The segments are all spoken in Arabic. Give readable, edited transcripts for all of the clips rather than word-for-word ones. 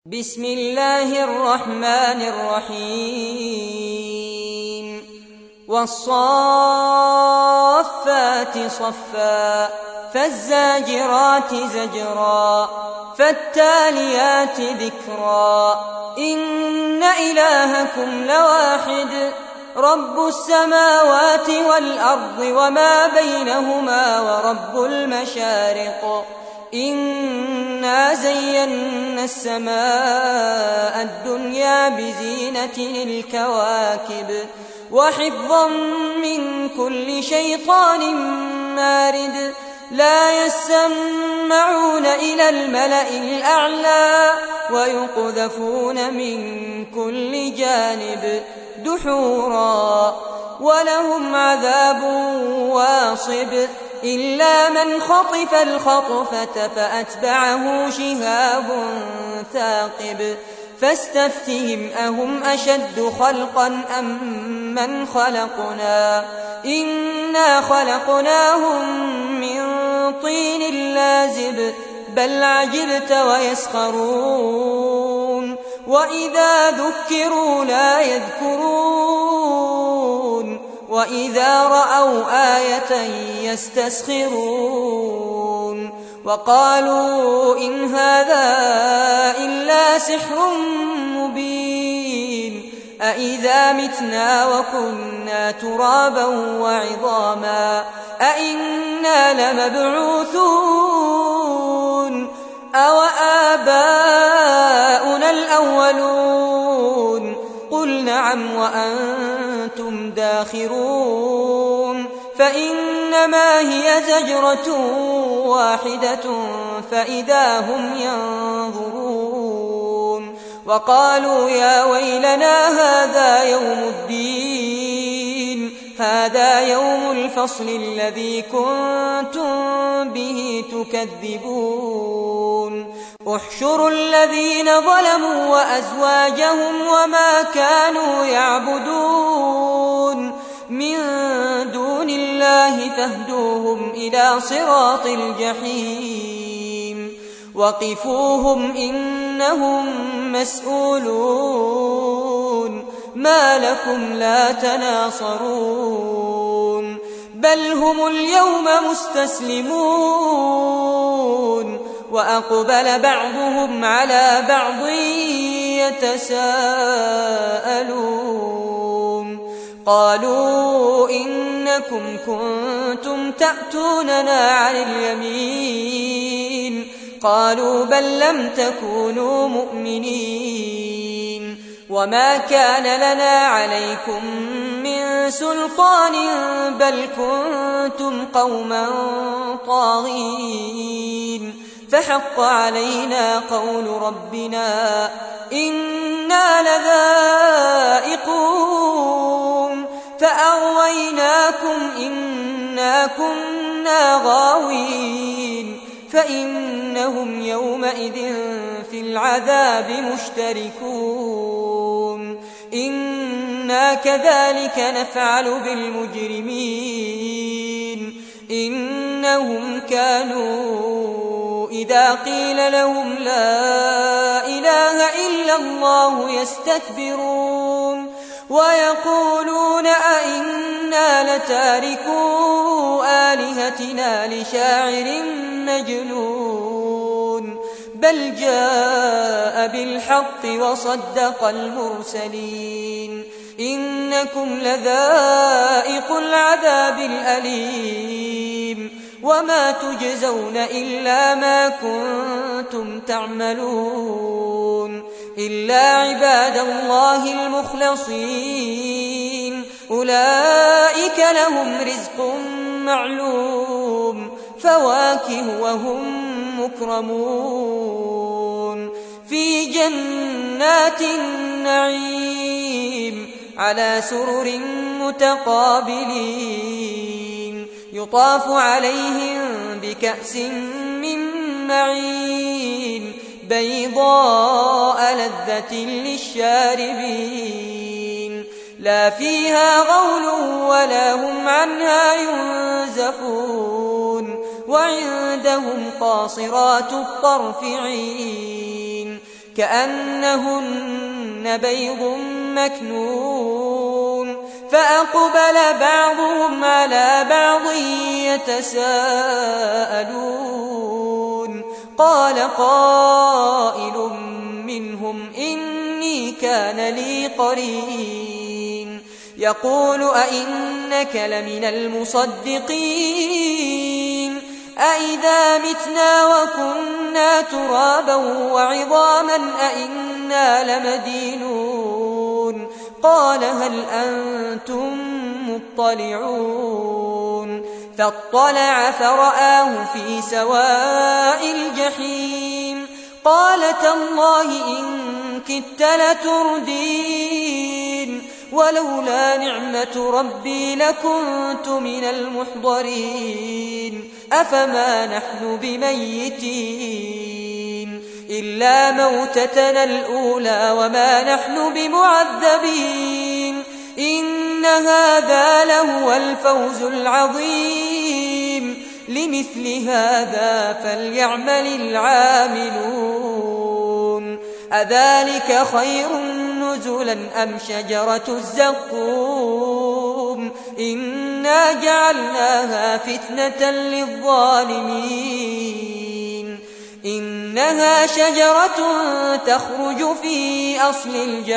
بسم الله الرحمن الرحيم والصافات صفا فالزاجرات زجرا فالتاليات ذكرا إن إلهكم لواحد رب السماوات والأرض وما بينهما ورب المشارق إنا زينا السماء الدنيا بزينة الكواكب وحفظا من كل شيطان مارد لا يسمعون إلى الملأ الأعلى ويقذفون من كل جانب دحورا ولهم عذاب واصب إلا من خطف الخطفة فأتبعه شهاب ثاقب فاستفتهم أهم أشد خلقا أم من خلقنا إنا خلقناهم من طين لازب بل عجبت ويسخرون وإذا ذكروا لا يذكرون وإذا رأوا آية يستسخرون وقالوا إن هذا إلا سحر مبين أإذا متنا وكنا ترابا وعظاما أإنا لمبعوثون أو آباؤنا الأولون قل نعم وأنتم داخرون فإنما هي زجرة واحدة فإذا هم ينظرون وقالوا يا ويلنا هذا يوم الدين هذا يوم الفصل الذي كنتم به تكذبون احشروا الذين ظلموا وأزواجهم وما كانوا يعبدون من دون الله فاهدوهم إلى صراط الجحيم وقفوهم إنهم مسؤولون ما لكم لا تناصرون بل هم اليوم مستسلمون وأقبل بعضهم على بعض يتساءلون قالوا إنكم كنتم تأتوننا عن اليمين قالوا بل لم تكونوا مؤمنين وما كان لنا عليكم من سلطان بل كنتم قوما طاغين فحق علينا قول ربنا إنا لذائقون فأغويناكم إنا كنا غاوين فإنهم يومئذ في العذاب مشتركون إنا كذلك نفعل بالمجرمين إنهم كانوا إذا قيل لهم لا إله إلا الله يستكبرون ويقولون أئنا لتاركو آلهتنا لشاعر مجنون بل جاء بالحق وصدق المرسلين إنكم لذائق العذاب الأليم وما تجزون إلا ما كنتم تعملون إلا عباد الله المخلصين أولئك لهم رزق معلوم فواكه وهم مكرمون في جنات النعيم على سرر متقابلين يطاف عليهم بكأس من معين بيضاء لذة للشاربين لا فيها غول ولا هم عنها ينزفون وعندهم قاصرات الطرف عين كأنهن بيض مكنون فأقبل بعضهم على بعض يتساءلون قال قائل منهم إني كان لي قرين يقول أئنك لمن المصدقين أئذا متنا وكنا ترابا وعظاما أئنا لمدينون قال هل أنتم مطلعون فاطلع فرآه في سواء الجحيم قال تالله إن كدت لتردين ولولا نعمة ربي لكنت من المحضرين أفما نحن بميتين إلا موتتنا الأولى وما نحن بمعذبين إن هذا لهو الفوز العظيم لمثل هذا فليعمل العاملون أذلك خير نزلا أم شجرة الزقوم إنا جعلناها فتنة للظالمين إنها شجرة تخرج في أصل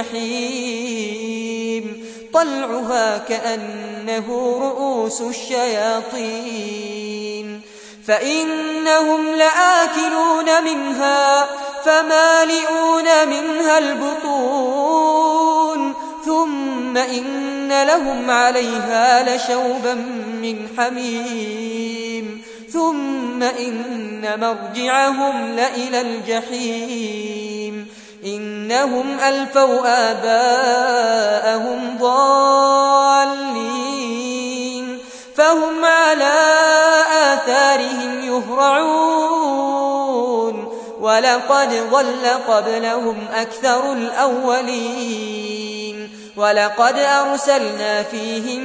الجحيم طلعها كأنه رؤوس الشياطين فإنهم لآكلون منها فمالئون منها البطون ثم إن لهم عليها لشوبا من حميم ثم إن مرجعهم لإلى الجحيم إنهم ألفوا آباءهم ضالين فهم على آثارهم يهرعون ولقد ضل قبلهم أكثر الأولين ولقد أرسلنا فيهم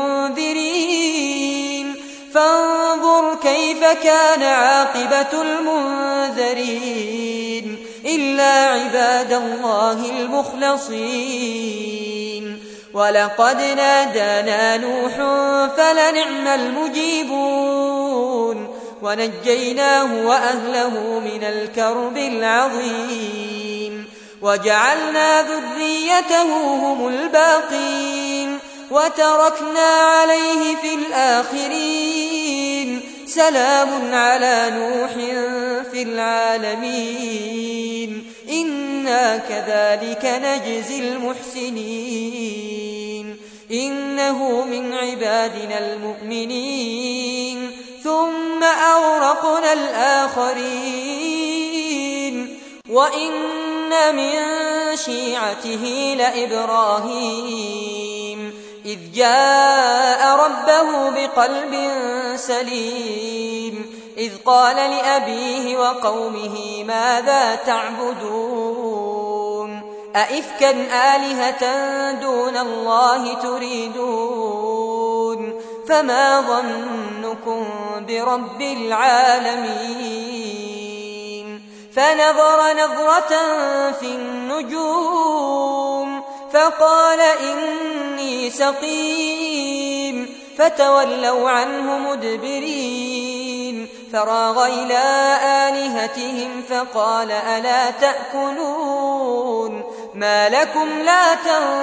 منذرين فانظر كيف كان عاقبة المنذرين إلا عباد الله المخلصين ولقد نادانا نوح فلنعم المجيبون ونجيناه وأهله من الكرب العظيم وجعلنا ذريته هم الباقين وتركنا عليه في الآخرين سلام على نوح في العالمين إنا كذلك نجزي المحسنين إنه من عبادنا المؤمنين ثم أغرقنا الآخرين وإن من شيعته لإبراهيم إذ جاء ربه بقلب سليم إذ قال لأبيه وقومه ماذا تعبدون أئفكا آلهة دون الله تريدون فما ظنكم برب العالمين فنظر نظرة في النجوم فقال إني سقيم فتولوا عنه مدبرين فراغ إلى آلهتهم فقال ألا تأكلون ما لكم لا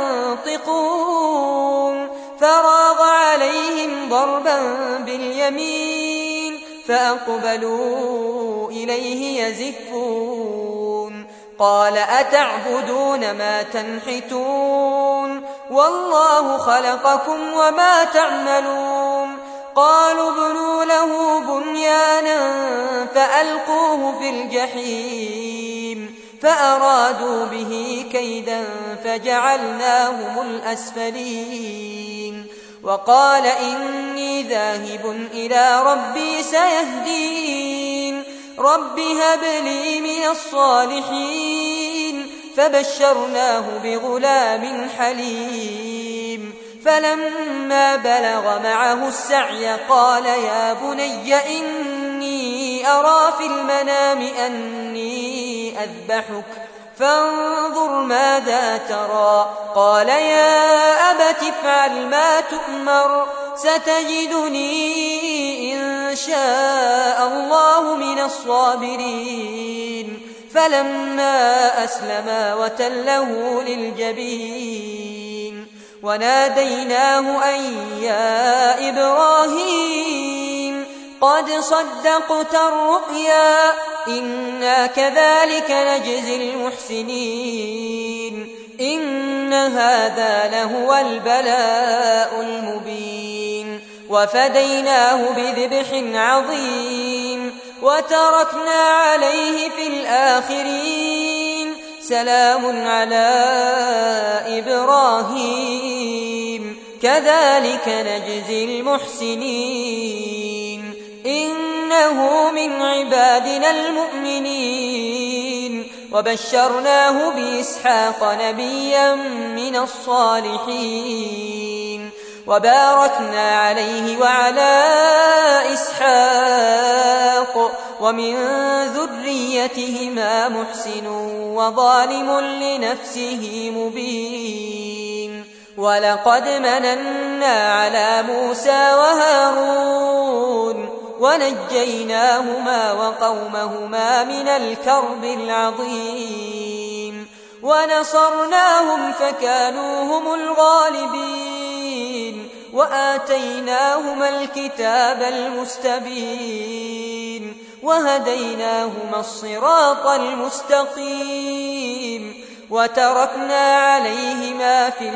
تنطقون فراغ عليهم ضربا باليمين فأقبلوا إليه يزفون قال أتعبدون ما تنحتون والله خلقكم وما تعملون قالوا ابنوا له بنيانا فألقوه في الجحيم فأرادوا به كيدا فجعلناهم الأسفلين وقال إني ذاهب إلى ربي سيهدين رب هب لي من الصالحين فبشرناه بغلام حليم فلما بلغ معه السعي قال يا بني إني أرى في المنام أني أذبحك فانظر ماذا ترى قال يا أبت افعل ما تؤمر ستجدني إن شاء الله من الصابرين فلما أسلما وتله للجبين وناديناه أن يا إبراهيم قد صدقت الرؤيا إنا كذلك نجزي المحسنين إن هذا لهو البلاء المبين وفديناه بذبح عظيم وتركنا عليه في الآخرين سلام على إبراهيم كذلك نجزي المحسنين إنه من عبادنا المؤمنين وبشرناه بإسحاق نبيا من الصالحين وباركنا عليه وعلى إسحاق ومن ذريتهما محسن وظالم لنفسه مبين ولقد مننا على موسى وهارون ونجيناهما وقومهما من الكرب العظيم ونصرناهم فكانوا هم الغالبين وآتيناهما الكتاب المستبين وهديناهما الصراط المستقيم وتركنا عليهما في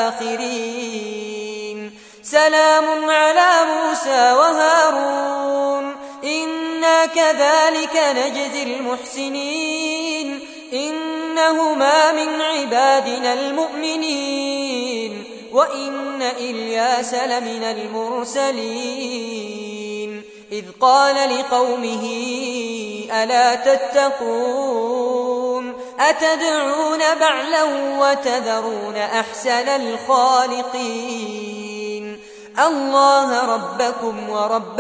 الآخرين سلام على موسى وهارون إنا كذلك نجزي المحسنين إنهما من عبادنا المؤمنين وإن إلياس لمن المرسلين إذ قال لقومه ألا تتقون أتدعون بعلا وتذرون أحسن الخالقين الله ربكم ورب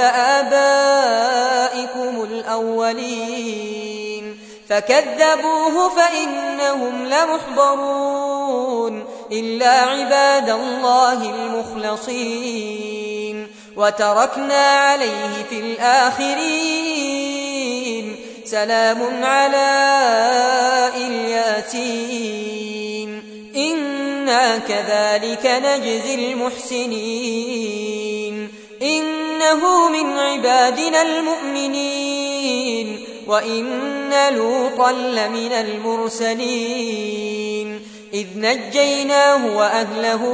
آبائكم الأولين فكذبوه فإنهم لمحضرون إلا عباد الله المخلصين وتركنا عليه في الآخرين سلام على الياسين إنا كذلك نجزي المحسنين إنه من عبادنا المؤمنين وإن لوطا لمن المرسلين إذ نجيناه وأهله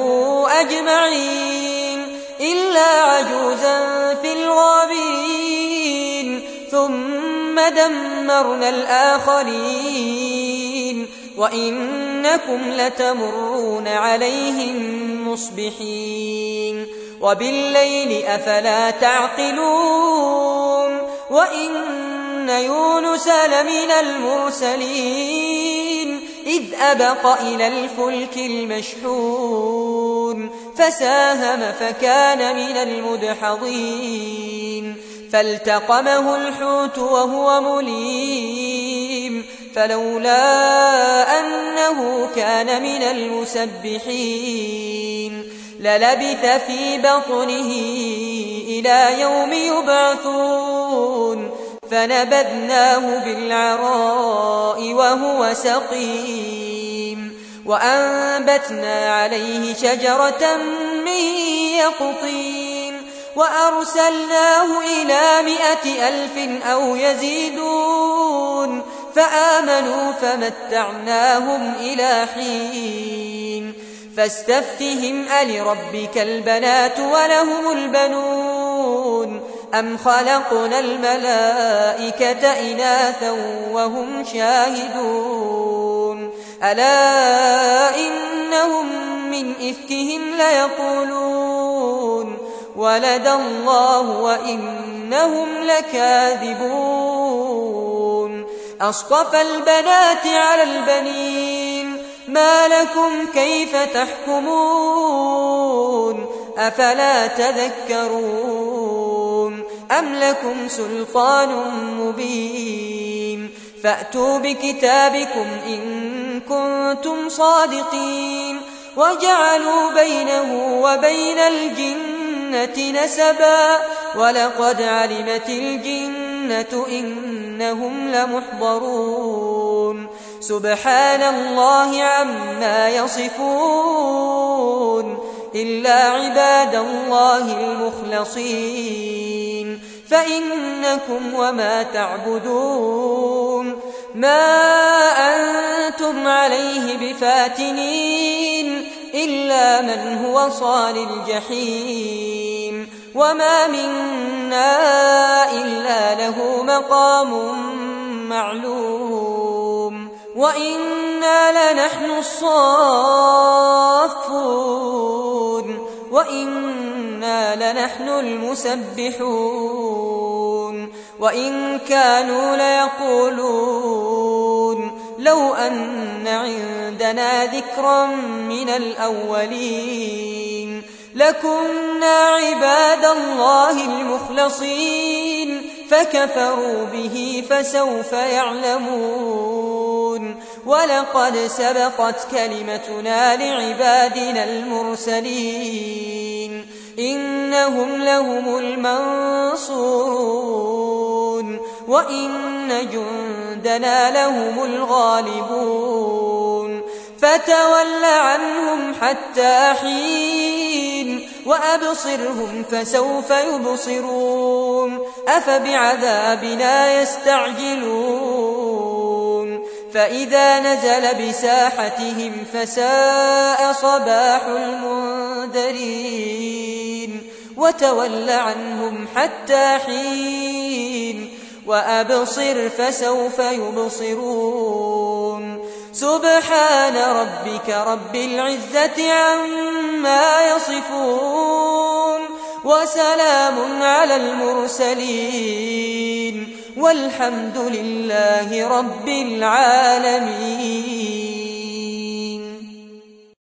أجمعين إلا عجوزا في الغابرين ثم دمرنا الآخرين وإنكم لتمرون عليهم مصبحين وبالليل أفلا تعقلون وإن يونس لمن المرسلين إذ أبق إلى الفلك المشحون فساهم فكان من المدحضين فالتقمه الحوت وهو مليم فلولا أنه كان من المسبحين للبث في بطنه إلى يوم يبعثون فنبذناه بالعراء وهو سقيم وأنبتنا عليه شجرة من يقطين وأرسلناه إلى 100,000 أو يزيدون فآمنوا فمتعناهم إلى حين فاستفتهم ألربك البنات ولهم البنون أم خلقنا الملائكة إناثا وهم شاهدون ألا إنهم من إفكهم ليقولون ولد الله وإنهم لكاذبون أصطفى البنات على البنين ما لكم كيف تحكمون أفلا تذكرون أم لكم سلطان مبين فأتوا بكتابكم إن كنتم صادقين وجعلوا بينه وبين الجنة نسبا ولقد علمت الجنة إنهم لمحضرون سبحان الله عما يصفون إلا عباد الله المخلصين فإنكم وما تعبدون ما أنتم عليه بفاتنين إلا من هو صال الجحيم وما منا إلا له مقام معلوم وإنا لنحن الصافون وإنا لنحن المسبحون وإن كانوا ليقولون لو أن عندنا ذكرا من الأولين لكنا عباد الله المخلصين فكفروا به فسوف يعلمون ولقد سبقت كلمتنا لعبادنا المرسلين إنهم لهم المنصورون وإن جندنا لهم الغالبون فتول عنهم حتى حين وأبصرهم فسوف يبصرون أفبعذابنا يستعجلون فإذا نزل بساحتهم فساء صباح المنذرين وتول عنهم حتى حين وأبصر فسوف يبصرون سبحان ربك رب العزة عما يصفون وسلام على المرسلين والحمد لله رب العالمين.